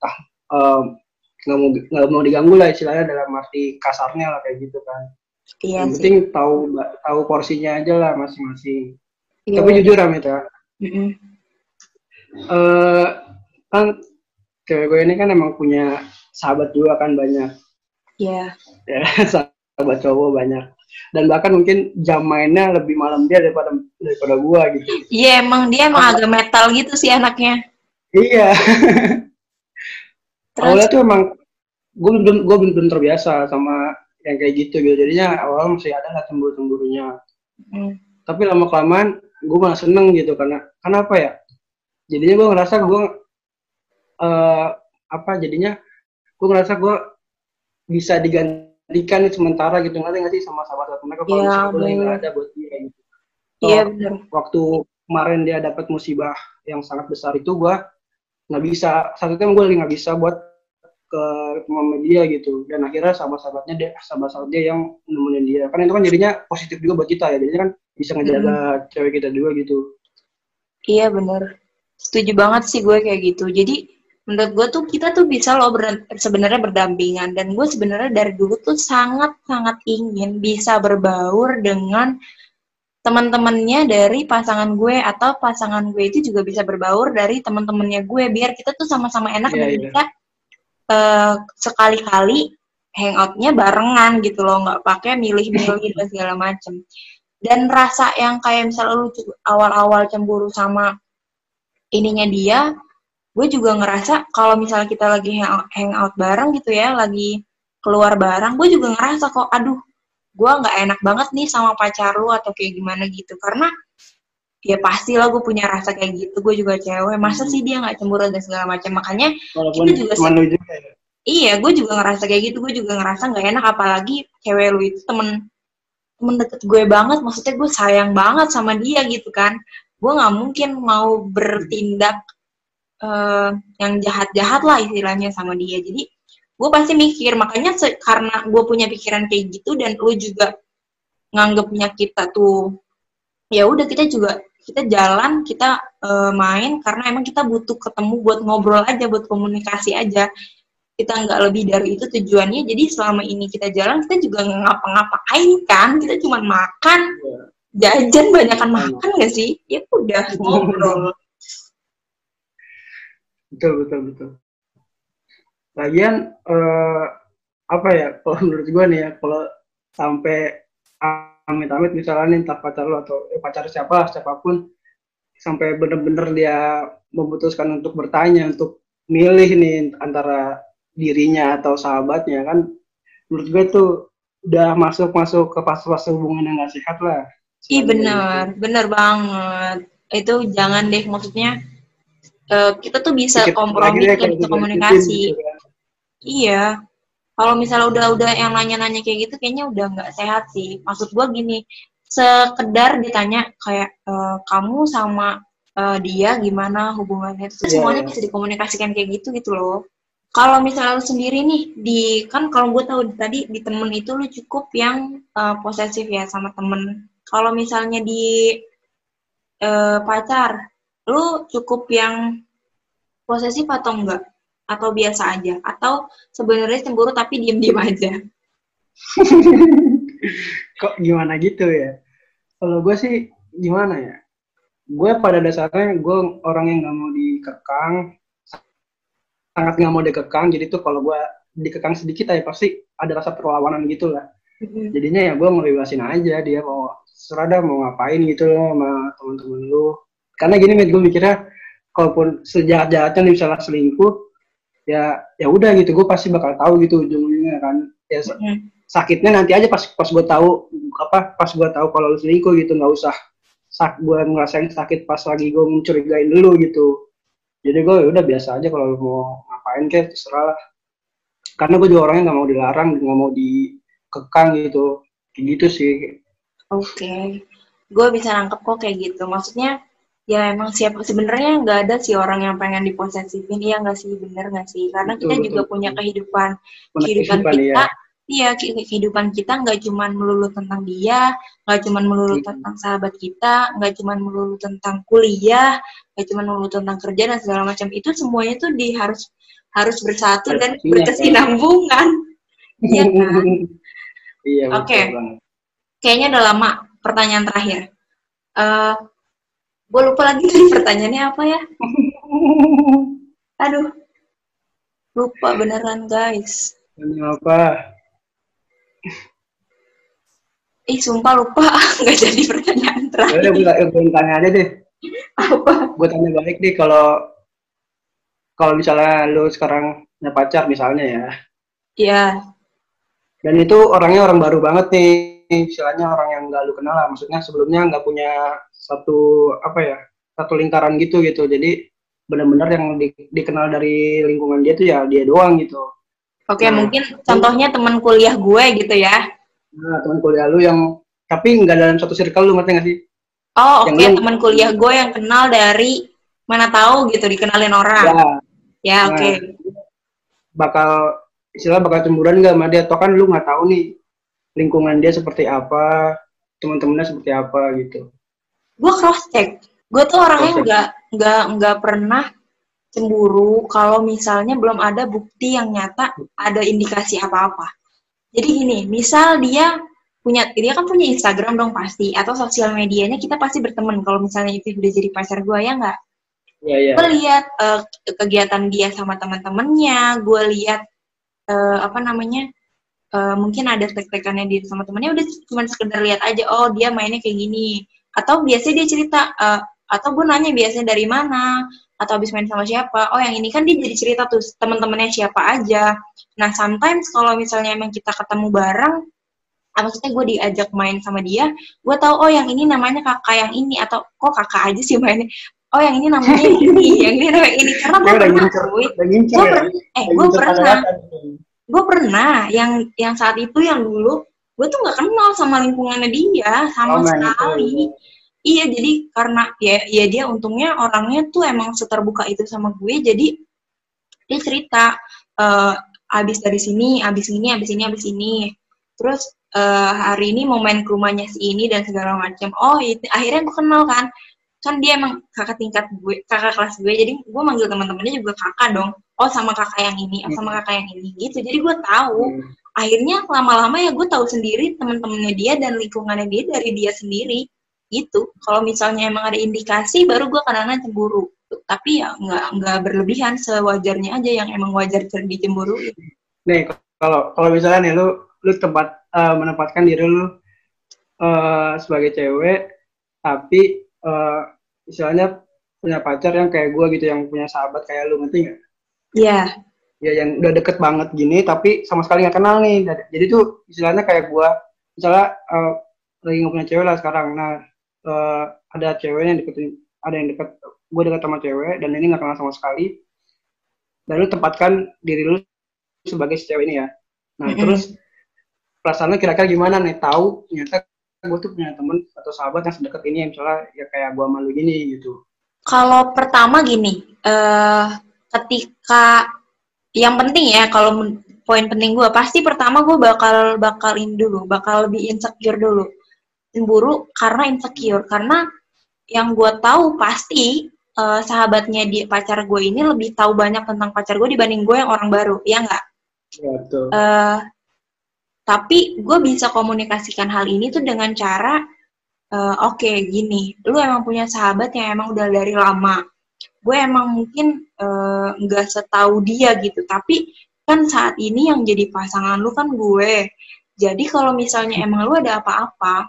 [SPEAKER 2] nggak mau diganggu lah istilahnya, dalam arti kasarnya lah kayak gitu kan.
[SPEAKER 1] Iya
[SPEAKER 2] Yang
[SPEAKER 1] sih.
[SPEAKER 2] penting tahu porsinya aja lah masing-masing.
[SPEAKER 1] Iya.
[SPEAKER 2] Tapi jujur Amit ya,
[SPEAKER 1] Mm-mm.
[SPEAKER 2] kan cewek gue ini kan emang punya sahabat juga kan banyak.
[SPEAKER 1] Iya.
[SPEAKER 2] Ya, sahabat cowok banyak. Dan bahkan mungkin jam mainnya lebih malam dia daripada gua gitu.
[SPEAKER 1] Iya emang dia agak metal gitu sih anaknya.
[SPEAKER 2] Iya.
[SPEAKER 1] Terus
[SPEAKER 2] Awalnya tuh emang gue belum terbiasa sama yang kayak gitu. Jadinya awalnya masih ada lah cemburu-cemburunya. Tapi lama kelamaan gue malah seneng gitu karena apa ya? Jadinya gue ngerasa gue jadinya gue ngerasa gue bisa digantikan sementara gitu, nggak sih sama sahabat mereka kalau misalnya gue lagi nggak ada buat dia gitu.
[SPEAKER 1] Iya benar.
[SPEAKER 2] Waktu kemarin dia dapat musibah yang sangat besar itu gue nggak bisa, satu time gue lagi nggak bisa buat ke rumah dia gitu, dan akhirnya sahabat dia yang nemenin dia, kan itu kan jadinya positif juga buat kita ya, jadinya kan bisa ngejaga cewek kita juga gitu.
[SPEAKER 1] Iya benar, setuju banget sih gue kayak gitu. Jadi menurut gue tuh kita tuh bisa loh sebenarnya berdampingan, dan gue sebenarnya dari dulu tuh sangat ingin bisa berbaur dengan teman-temannya dari pasangan gue, atau pasangan gue itu juga bisa berbaur dari teman-temannya gue, biar kita tuh sama-sama enak dan bisa sekali-kali hangoutnya barengan gitu loh, nggak pakai milih-milih dan segala macem. Dan rasa yang kayak misalnya lu awal-awal cemburu sama ininya dia, gue juga ngerasa kalau misalnya kita lagi hangout bareng gitu ya, lagi keluar bareng, gue juga ngerasa kok, aduh, gue nggak enak banget nih sama pacar lu atau kayak gimana gitu, karena ya pastilah gue punya rasa kayak gitu, gue juga cewek, masa sih dia nggak cemburu dan segala macam. Makanya
[SPEAKER 2] walaupun
[SPEAKER 1] kita juga
[SPEAKER 2] ya.
[SPEAKER 1] Iya, gue juga ngerasa kayak gitu, gue juga ngerasa nggak enak, apalagi cewek lu itu temen deket gue banget, maksudnya gue sayang banget sama dia gitu kan, gue nggak mungkin mau bertindak yang jahat-jahat lah istilahnya sama dia. Jadi gue pasti mikir, makanya karena gue punya pikiran kayak gitu dan lu juga nganggepnya kita tuh ya udah, kita jalan, kita main karena emang kita butuh ketemu buat ngobrol aja, buat komunikasi aja, kita nggak lebih dari itu tujuannya. Jadi selama ini kita jalan, kita juga nggak ngapa-ngapain kan, kita cuma makan, jajan, banyakan makan nggak sih, ya udah ngobrol.
[SPEAKER 2] Betul. Lagian apa ya, kalau menurut gue nih ya, kalau sampai amit-amit misalnya nih entah pacar lo atau pacar siapapun sampai bener-bener dia memutuskan untuk bertanya, untuk milih nih antara dirinya atau sahabatnya, kan menurut gue tuh udah masuk ke fase-fase hubungan yang gak sehat lah.
[SPEAKER 1] Ih bener banget, itu jangan deh, maksudnya kita tuh bisa kompromi, kita bisa komunikasi gitu kan. Iya, kalau misalnya udah yang nanya-nanya kayak gitu kayaknya udah nggak sehat sih. Maksud gue gini, sekedar ditanya kayak kamu sama dia gimana hubungannya, itu semuanya bisa dikomunikasikan kayak gitu loh. Kalau misalnya lu sendiri nih kan kalau gue tahu tadi di temen itu lu cukup yang posesif ya sama temen. Kalau misalnya di pacar, lu cukup yang posesif atau enggak? Atau biasa aja? Atau sebenarnya cemburu tapi diem-diem aja?
[SPEAKER 2] Kok gimana gitu ya? Kalau gue sih gimana ya? Gue pada dasarnya gue orang yang nggak mau dikekang, sangat nggak mau dikekang. Jadi tuh kalau gue dikekang sedikit aja pasti ada rasa perlawanan gitu lah. Jadinya ya gue ngebebasin aja dia mau serada mau ngapain gitu loh sama teman-teman lu. Karena gini gue mikirnya kalaupun sejahat-jahatnya nih misalnya selingkuh ya udah gitu gue pasti bakal tahu gitu ujung-ujungnya kan ya sakitnya nanti aja pas gue tahu kalau lu selingkuh gitu, nggak usah gue ngerasain sakit pas lagi gue mencurigain dulu gitu. Jadi gue udah biasa aja kalau lu mau ngapain kayak terserah lah, karena gue juga orangnya nggak mau dilarang, nggak mau dikekang gitu, kayak gitu sih.
[SPEAKER 1] Oke. Gue bisa nangkep kok kayak gitu. Maksudnya ya emang sebenarnya nggak ada sih orang yang pengen diposesifin, iya nggak sih, bener nggak sih? Karena kita juga punya kehidupan kita, iya kehidupan kita nggak cuma melulu tentang dia, nggak cuma melulu tentang sahabat kita, nggak cuma melulu tentang kuliah, nggak cuma melulu tentang kerja dan segala macam. Itu semuanya tuh harus bersatu dan berkesinambungan, iya kan?
[SPEAKER 2] Iya.
[SPEAKER 1] Oke. Kayaknya udah lama. Pertanyaan terakhir. Gue lupa lagi tadi pertanyaannya apa ya. Aduh. Lupa beneran guys.
[SPEAKER 2] Apa?
[SPEAKER 1] Sumpah lupa. Gak jadi pertanyaan terakhir.
[SPEAKER 2] Gue tanya aja deh.
[SPEAKER 1] Apa?
[SPEAKER 2] Gue tanya balik deh, kalau misalnya lu sekarang punya pacar misalnya ya.
[SPEAKER 1] Iya.
[SPEAKER 2] Dan itu orangnya orang baru banget nih. Istilahnya orang yang nggak lu kenal lah, maksudnya sebelumnya nggak punya satu lingkaran gitu. Jadi benar-benar yang dikenal dari lingkungan dia tuh ya dia doang gitu.
[SPEAKER 1] Oke, mungkin contohnya teman kuliah gue gitu ya.
[SPEAKER 2] Nah, teman kuliah lu yang tapi nggak dalam satu circle, lu ngerti nggak sih?
[SPEAKER 1] Oh oke, teman kuliah gue yang kenal dari mana tahu gitu, dikenalin orang. Ya oke.
[SPEAKER 2] Bakal cemburuan nggak sama dia, atau kan lu nggak tahu nih lingkungan dia seperti apa, teman-temannya seperti apa gitu.
[SPEAKER 1] Gue cross check. Gue tuh orangnya nggak pernah cemburu kalau misalnya belum ada bukti yang nyata, ada indikasi apa-apa. Jadi gini, misal dia kan punya Instagram dong pasti, atau sosial medianya kita pasti berteman kalau misalnya itu udah jadi pacar gue, ya nggak?
[SPEAKER 2] Iya.
[SPEAKER 1] Gue lihat kegiatan dia sama teman-temannya, gue lihat mungkin ada tek-tekannya dia sama temannya, udah cuma sekedar lihat aja, oh dia mainnya kayak gini, atau biasanya dia cerita, atau gue nanya biasanya dari mana, atau habis main sama siapa, oh yang ini kan dia jadi cerita tuh teman-temannya siapa aja. Nah sometimes kalau misalnya emang kita ketemu bareng, maksudnya gue diajak main sama dia, gue tahu oh yang ini namanya kakak yang ini, atau kok kakak aja sih mainnya, oh yang ini namanya ini, yang ini namanya ini, karena gue pernah yang saat itu yang dulu gue tuh nggak kenal sama lingkungannya dia sama sekali. Iya, jadi karena ya dia untungnya orangnya tuh emang seterbuka itu sama gue, jadi dia cerita abis dari sini, abis ini, terus hari ini mau main ke rumahnya si ini dan segala macam. Oh itu akhirnya gue kenal kan dia emang kakak tingkat gue, kakak kelas gue, jadi gue manggil teman-temannya juga kakak dong. Oh sama kakak yang ini, sama kakak yang ini gitu. Jadi gue tahu. Akhirnya lama-lama ya gue tahu sendiri teman-temannya dia dan lingkungannya dia dari dia sendiri gitu. Kalau misalnya emang ada indikasi, baru gue kadang-kadang cemburu. Tapi ya nggak berlebihan, sewajarnya aja yang emang wajar dicemburuin.
[SPEAKER 2] Nih kalau misalnya nih lu menempatkan diri lu sebagai cewek, tapi istilahnya punya pacar yang kayak gue gitu, yang punya sahabat kayak lu, ngerti nggak?
[SPEAKER 1] Iya.
[SPEAKER 2] Ya yang udah deket banget gini, tapi sama sekali nggak kenal nih. Jadi tuh istilahnya kayak gue, misalnya lagi nggak punya cewek lah sekarang. Nah ada cewek yang deket, gue deket sama cewek dan ini nggak kenal sama sekali. Dan lu tempatkan diri lu sebagai si cewek ini ya. Nah terus perasaannya kira-kira gimana nih? Tahu ternyata gue tuh punya temen atau sahabat yang sedekat ini, misalnya ya kayak gue malu gini gitu.
[SPEAKER 1] Kalau pertama gini, ketika yang penting ya, kalau poin penting gue pasti pertama gue bakal ini dulu, bakal lebih insecure dulu, cemburu karena insecure, karena yang gue tahu pasti sahabatnya di pacar gue ini lebih tahu banyak tentang pacar gue dibanding gue yang orang baru, ya nggak?
[SPEAKER 2] Ya, betul.
[SPEAKER 1] Tapi gue bisa komunikasikan hal ini tuh dengan cara oke, gini, lu emang punya sahabat yang emang udah dari lama. Gue emang mungkin nggak setahu dia gitu, tapi kan saat ini yang jadi pasangan lu kan gue. Jadi kalau misalnya emang lu ada apa-apa,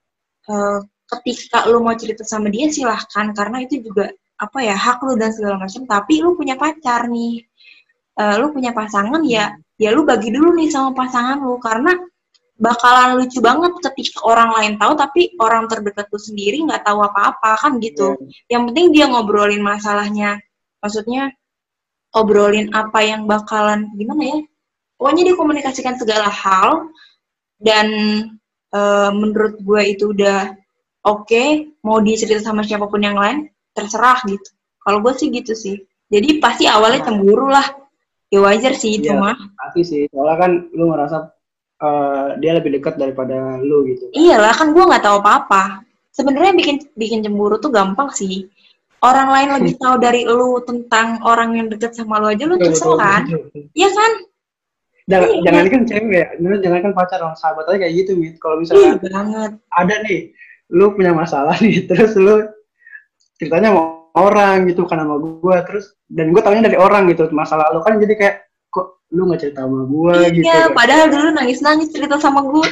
[SPEAKER 1] ketika lu mau cerita sama dia silahkan, karena itu juga apa ya, hak lu dan segala macam. Tapi lu punya pacar nih, lu punya pasangan ya lu bagi dulu nih sama pasangan lu, karena bakalan lucu banget ketika orang lain tahu tapi orang terdekat lu sendiri nggak tahu apa-apa kan gitu. Yang penting dia ngobrolin masalahnya, maksudnya obrolin apa yang bakalan gimana ya, pokoknya dia komunikasikan segala hal, dan menurut gue itu udah oke. Mau dicerita sama siapapun yang lain terserah gitu. Kalau gue sih gitu sih. Jadi pasti awalnya cemburu lah, ya wajar sih itu mah.
[SPEAKER 2] Pasti sih, soalnya kan lu ngerasa dia lebih dekat daripada lu gitu.
[SPEAKER 1] Iyalah, kan gue nggak tahu apa-apa. Sebenarnya bikin cemburu tuh gampang sih. Orang lain lebih tahu dari lu tentang orang yang deket sama lu aja, lu kesel kan? Iya kan?
[SPEAKER 2] Jangan kan cewek, jangan kan pacar, orang sahabat aja kayak gitu, Mit. Kalau misalnya ada nih, lu punya masalah nih, terus lu ceritanya sama orang gitu, bukan sama gue, terus dan gue taunya dari orang gitu masalah lu, kan jadi kayak kok lu nggak cerita sama gue gitu.
[SPEAKER 1] Iya, padahal dulu nangis-nangis cerita sama gue.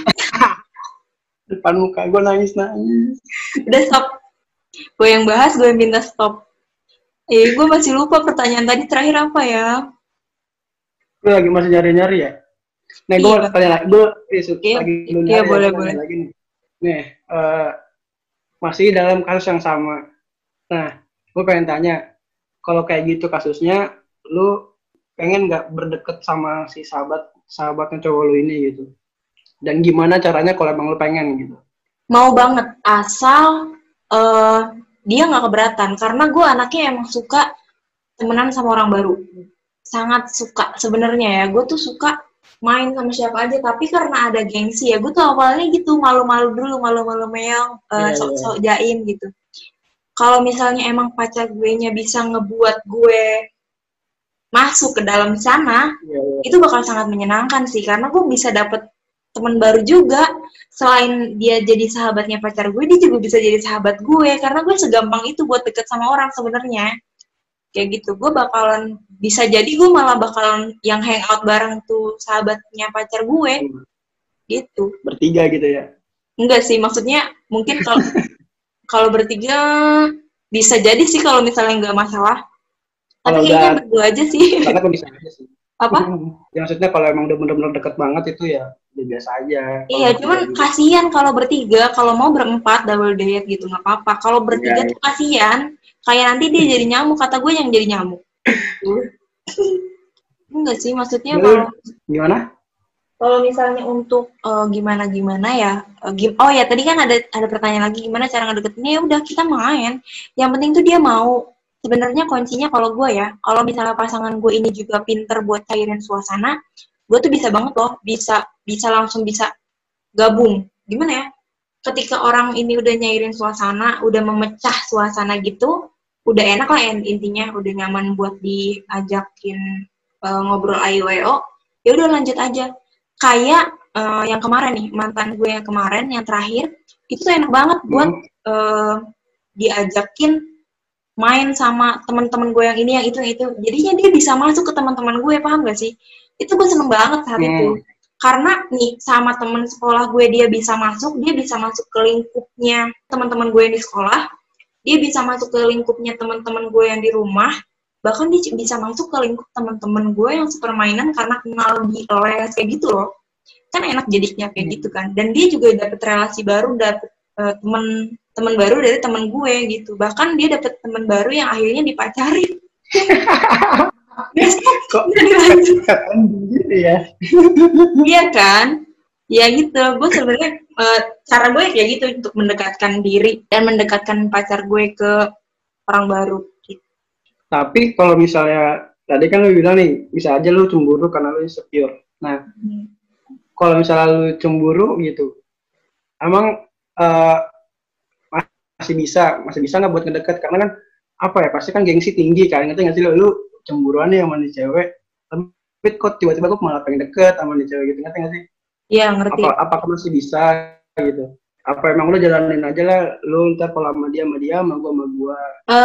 [SPEAKER 2] Depan muka gue nangis.
[SPEAKER 1] Udah stop. Gue yang bahas, gue yang minta stop. Gue masih lupa pertanyaan tadi terakhir apa ya?
[SPEAKER 2] Lu lagi masih nyari-nyari ya? Nah, gue tanya lagi, gue lagi lu nyari.
[SPEAKER 1] Iya, boleh.
[SPEAKER 2] Lagi nih. Nih, masih dalam kasus yang sama. Nah, gue pengen tanya, kalau kayak gitu kasusnya, lu pengen nggak berdekat sama si sahabatnya cowok lu ini gitu? Dan gimana caranya kalau emang lu pengen gitu?
[SPEAKER 1] Mau banget, asal dia nggak keberatan. Karena gue anaknya emang suka temenan sama orang baru. Sangat suka sebenarnya ya. Gue tuh suka main sama siapa aja, tapi karena ada gengsi ya, gue tuh awalnya gitu malu-malu dulu, malu-malu meong, sok-sok jaim gitu. Kalau misalnya emang pacar gue nya bisa ngebuat gue masuk ke dalam sana, itu bakal sangat menyenangkan sih, karena gue bisa dapet teman baru juga. Selain dia jadi sahabatnya pacar gue, dia juga bisa jadi sahabat gue, karena gue segampang itu buat deket sama orang sebenarnya. Kayak gitu, gue bakalan, bisa jadi gue malah bakalan yang hangout bareng tuh sahabatnya pacar gue, gitu.
[SPEAKER 2] Bertiga gitu ya?
[SPEAKER 1] Enggak sih, maksudnya mungkin kalau bertiga bisa jadi sih kalau misalnya nggak masalah. Tapi kayaknya berdua aja sih.
[SPEAKER 2] Karena kan bisa aja sih.
[SPEAKER 1] Apa?
[SPEAKER 2] Ya, maksudnya kalau emang udah bener-bener deket banget itu ya biasa aja.
[SPEAKER 1] Iya, cuman kasihan kalau bertiga, kalau mau berempat double date gitu nggak apa-apa. Kalau bertiga tuh kasihan, kayak nanti dia jadi nyamuk, kata gue yang jadi nyamuk. Enggak sih, maksudnya kalau
[SPEAKER 2] gimana?
[SPEAKER 1] Kalau misalnya untuk gimana ya, oh ya tadi kan ada pertanyaan lagi, gimana cara ngedeketinnya? Ya udah, kita main. Yang penting tuh dia mau. Sebenarnya kuncinya kalau gue ya, kalau misalnya pasangan gue ini juga pinter buat cairin suasana, gue tuh bisa banget loh, bisa langsung bisa gabung. Gimana ya? Ketika orang ini udah nyairin suasana, udah memecah suasana gitu, udah enak lah intinya, udah nyaman buat diajakin ngobrol ayo, ya udah lanjut aja. Kayak yang kemarin nih, mantan gue yang kemarin, yang terakhir, itu tuh enak banget buat diajakin main sama teman-teman gue yang ini, yang itu. Jadinya dia bisa masuk ke teman-teman gue, paham gak sih? Itu gue seneng banget saat itu. Karena nih, sama teman sekolah gue dia bisa masuk ke lingkupnya teman-teman gue yang di sekolah, dia bisa masuk ke lingkupnya teman-teman gue yang di rumah, bahkan dia bisa masuk ke lingkup teman-teman gue yang sepermainan karena kenal di les kayak gitu loh. Kan enak jadinya kayak gitu kan. Dan dia juga dapet relasi baru, dapet teman baru dari teman gue gitu. Bahkan dia dapet teman baru yang akhirnya dipacarin.
[SPEAKER 2] Kok gitu ya?
[SPEAKER 1] Iya kan? Ya gitu. Gue sebenarnya cara gue kayak gitu untuk mendekatkan diri dan mendekatkan pacar gue ke orang baru gitu.
[SPEAKER 2] Tapi kalau misalnya tadi kan lu bilang nih, bisa aja lu cemburu karena lu insecure. Nah, kalau misalnya lu cemburu gitu, emang eh, masih bisa nggak buat ngedeket? Karena kan apa ya, pasti kan gengsi tinggi kan, ngerti nggak sih lu cemburuan nih sama nih cewek, tapi kok tiba-tiba gue malah pengen deket sama nih cewek gitu, ngerti nggak sih?
[SPEAKER 1] Iya, ngerti.
[SPEAKER 2] Apakah masih bisa gitu? Apa emang lu jalanin aja lah, lu ntar kalau sama dia, sama gua.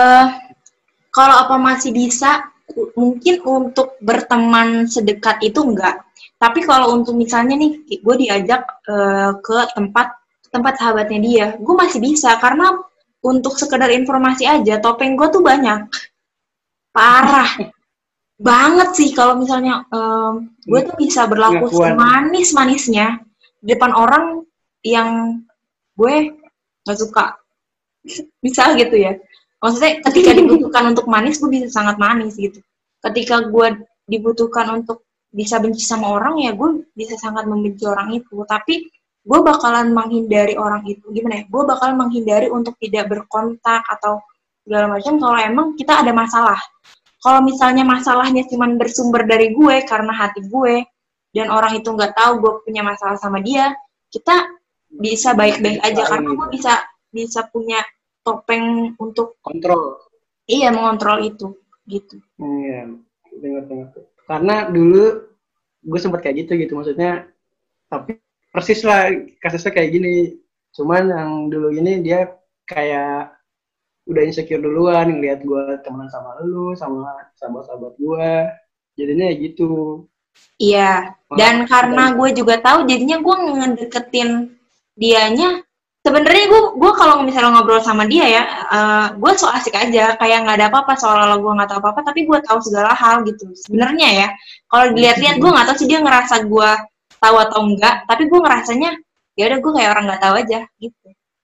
[SPEAKER 1] Kalau apa masih bisa, mungkin untuk berteman sedekat itu enggak. Tapi kalau untuk misalnya nih, gue diajak ke tempat sahabatnya dia, gue masih bisa karena untuk sekedar informasi aja, topeng gue tuh banyak, parah banget sih. Kalau misalnya gue tuh bisa berlaku semanis-manisnya di depan orang yang gue nggak suka, bisa gitu ya. Maksudnya ketika dibutuhkan untuk manis, gue bisa sangat manis gitu. Ketika gue dibutuhkan untuk bisa benci sama orang, ya gue bisa sangat membenci orang itu. Tapi gue bakalan menghindari orang itu. Gimana ya? Gue bakalan menghindari untuk tidak berkontak atau segala macam kalau emang kita ada masalah. Kalau misalnya masalahnya cuma bersumber dari gue, karena hati gue, dan orang itu nggak tahu gue punya masalah sama dia, kita bisa baik-baik aja. Karena gue bisa punya topeng untuk
[SPEAKER 2] kontrol.
[SPEAKER 1] Iya, mengontrol itu gitu.
[SPEAKER 2] Iya, dengar. Karena dulu gue sempat kayak gitu maksudnya, tapi persis lah kasusnya kayak gini. Cuman yang dulu ini dia kayak udah insecure duluan ngeliat gue temenan sama lu, sama sahabat-sahabat gue, jadinya gitu.
[SPEAKER 1] Iya, dan karena gue juga tahu, jadinya gue ngedeketin dianya. Sebenarnya gue kalau misalnya ngobrol sama dia ya, gue so asik aja, kayak nggak ada apa-apa, seolah-olah gue nggak tahu apa-apa, tapi gue tahu segala hal gitu. Sebenarnya ya, kalau dilihat-lihat gue nggak tahu sih dia ngerasa gue tahu atau enggak, tapi gue ngerasanya ya udah gue kayak orang nggak tahu aja gitu.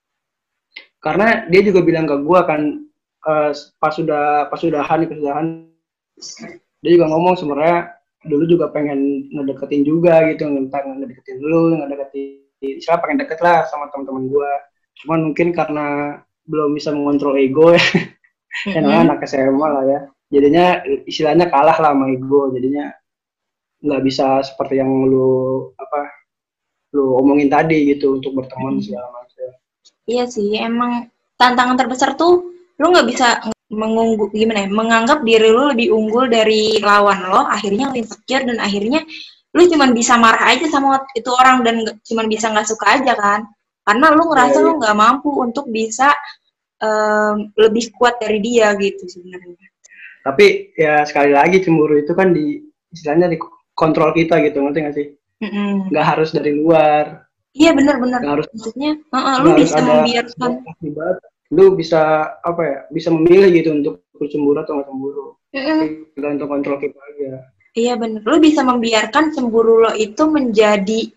[SPEAKER 2] Karena dia juga bilang ke gue kan, pas udahan dia juga ngomong sebenarnya dulu juga pengen ngedeketin juga gitu, tentang ngedeketin lu, siapa pengen deket lah sama teman-teman gue. Cuman mungkin karena belum bisa mengontrol ego ya, kan anak SMA lah ya, jadinya istilahnya kalah lah sama ego, jadinya nggak bisa seperti yang lu omongin tadi gitu untuk berteman segala macam.
[SPEAKER 1] Iya sih, emang tantangan terbesar tuh lu nggak bisa menganggap diri lu lebih unggul dari lawan lo, akhirnya lu insecure dan akhirnya lu cuma bisa marah aja sama itu orang dan cuma bisa nggak suka aja kan, karena lu ngerasa lu nggak mampu untuk bisa lebih kuat dari dia gitu sebenarnya.
[SPEAKER 2] Tapi ya sekali lagi cemburu itu kan istilahnya di kontrol kita gitu, ngerti nggak sih? Nggak harus dari luar.
[SPEAKER 1] Iya benar-benar. Maksudnya, lu bisa membiarkan.
[SPEAKER 2] Lu bisa bisa memilih gitu untuk cemburu atau nggak cemburu. Tergantung kontrol kita aja.
[SPEAKER 1] Iya benar. Lu bisa membiarkan cemburu lo itu menjadi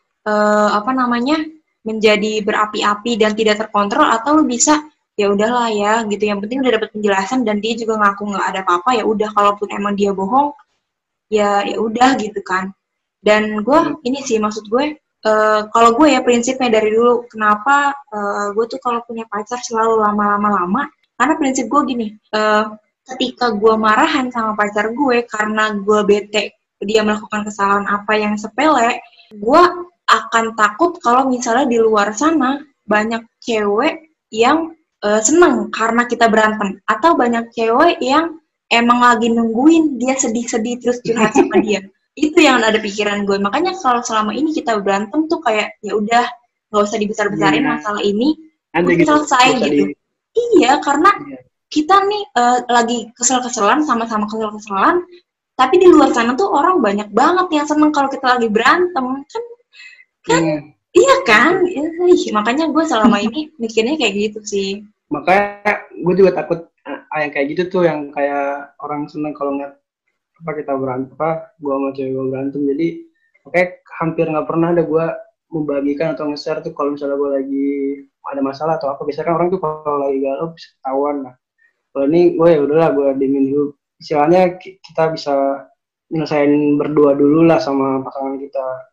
[SPEAKER 1] menjadi berapi-api dan tidak terkontrol, atau lu bisa ya udahlah ya gitu. Yang penting udah dapat penjelasan dan dia juga ngaku nggak ada apa-apa, ya udah. Kalaupun emang dia bohong, ya udah gitu kan. Dan gue ini sih maksud gue. Kalau gue ya prinsipnya dari dulu, kenapa gue tuh kalau punya pacar selalu lama-lama, karena prinsip gue gini, ketika gue marahan sama pacar gue karena gue bete dia melakukan kesalahan apa yang sepele, gue akan takut kalau misalnya di luar sana banyak cewek yang seneng karena kita berantem, atau banyak cewek yang emang lagi nungguin dia sedih-sedih terus curhat sama dia. Itu yang ada pikiran gue. Makanya kalau selama ini kita berantem tuh kayak ya udah nggak usah dibesar-besarin masalah ini, udah gitu, selesai gitu. Iya, karena kita nih lagi kesel-keselan, sama-sama kesel-keselan, tapi di luar sana tuh orang banyak banget yang seneng kalau kita lagi berantem kan iya kan. Makanya gue selama ini mikirnya kayak gitu sih.
[SPEAKER 2] Makanya gue juga takut yang kayak gitu tuh, yang kayak orang seneng kalau ngeliat kita berantem, gue sama cewek gue berantem. Jadi hampir nggak pernah ada gue membagikan atau nge-share tuh kalau misalnya gue lagi ada masalah atau apa. Biasanya kan orang tuh kalau lagi galau bisa ketahuan lah. Kalau ini gue ya udahlah, gue diemin dulu. Istilahnya kita bisa nyelesain berdua dulu lah sama pasangan kita.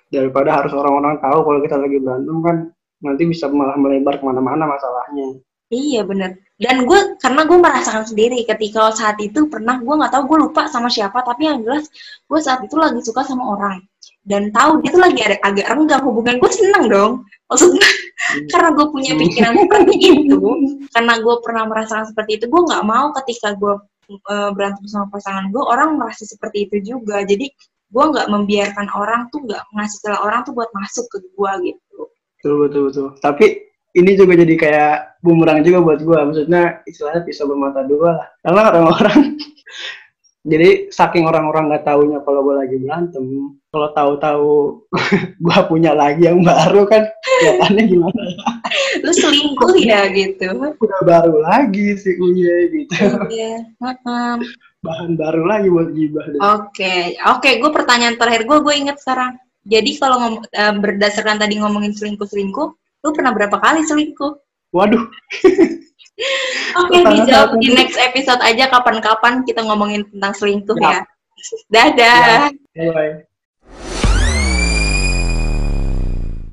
[SPEAKER 2] Daripada harus orang-orang tahu kalau kita lagi berantem kan, nanti bisa malah melebar kemana-mana masalahnya.
[SPEAKER 1] Iya bener. Dan karena gue merasakan sendiri ketika saat itu pernah, gue nggak tahu, gue lupa sama siapa, tapi yang jelas gue saat itu lagi suka sama orang dan tahu dia tuh lagi agak renggang hubungan, gue seneng dong. Maksudnya karena gue punya pikiran seperti itu, karena gue pernah merasakan seperti itu, gue nggak mau ketika gue berantem sama pasangan gue orang merasa seperti itu juga. Jadi gue nggak membiarkan orang tuh, nggak ngasih celah orang tuh buat masuk ke gue gitu.
[SPEAKER 2] Betul. Tapi ini juga jadi kayak bumerang juga buat gue. Maksudnya istilahnya pisau bermata dua lah. Karena orang-orang jadi saking orang-orang nggak taunya kalau gue lagi berantem, kalau tahu-tahu gue punya lagi yang baru kan kelihatannya gimana ya?
[SPEAKER 1] Lu selingkuh ya gitu.
[SPEAKER 2] Udah baru lagi sih Uye gitu.
[SPEAKER 1] Iya.
[SPEAKER 2] Bahan baru lagi buat gibah.
[SPEAKER 1] Oke. Gue pertanyaan terakhir gue inget sekarang. Jadi kalau berdasarkan tadi ngomongin selingkuh, lu pernah berapa kali selingkuh?
[SPEAKER 2] Waduh.
[SPEAKER 1] Oke, dijawab di next episode aja, kapan-kapan kita ngomongin tentang selingkuh ya. Dadah.
[SPEAKER 2] Ya, bye.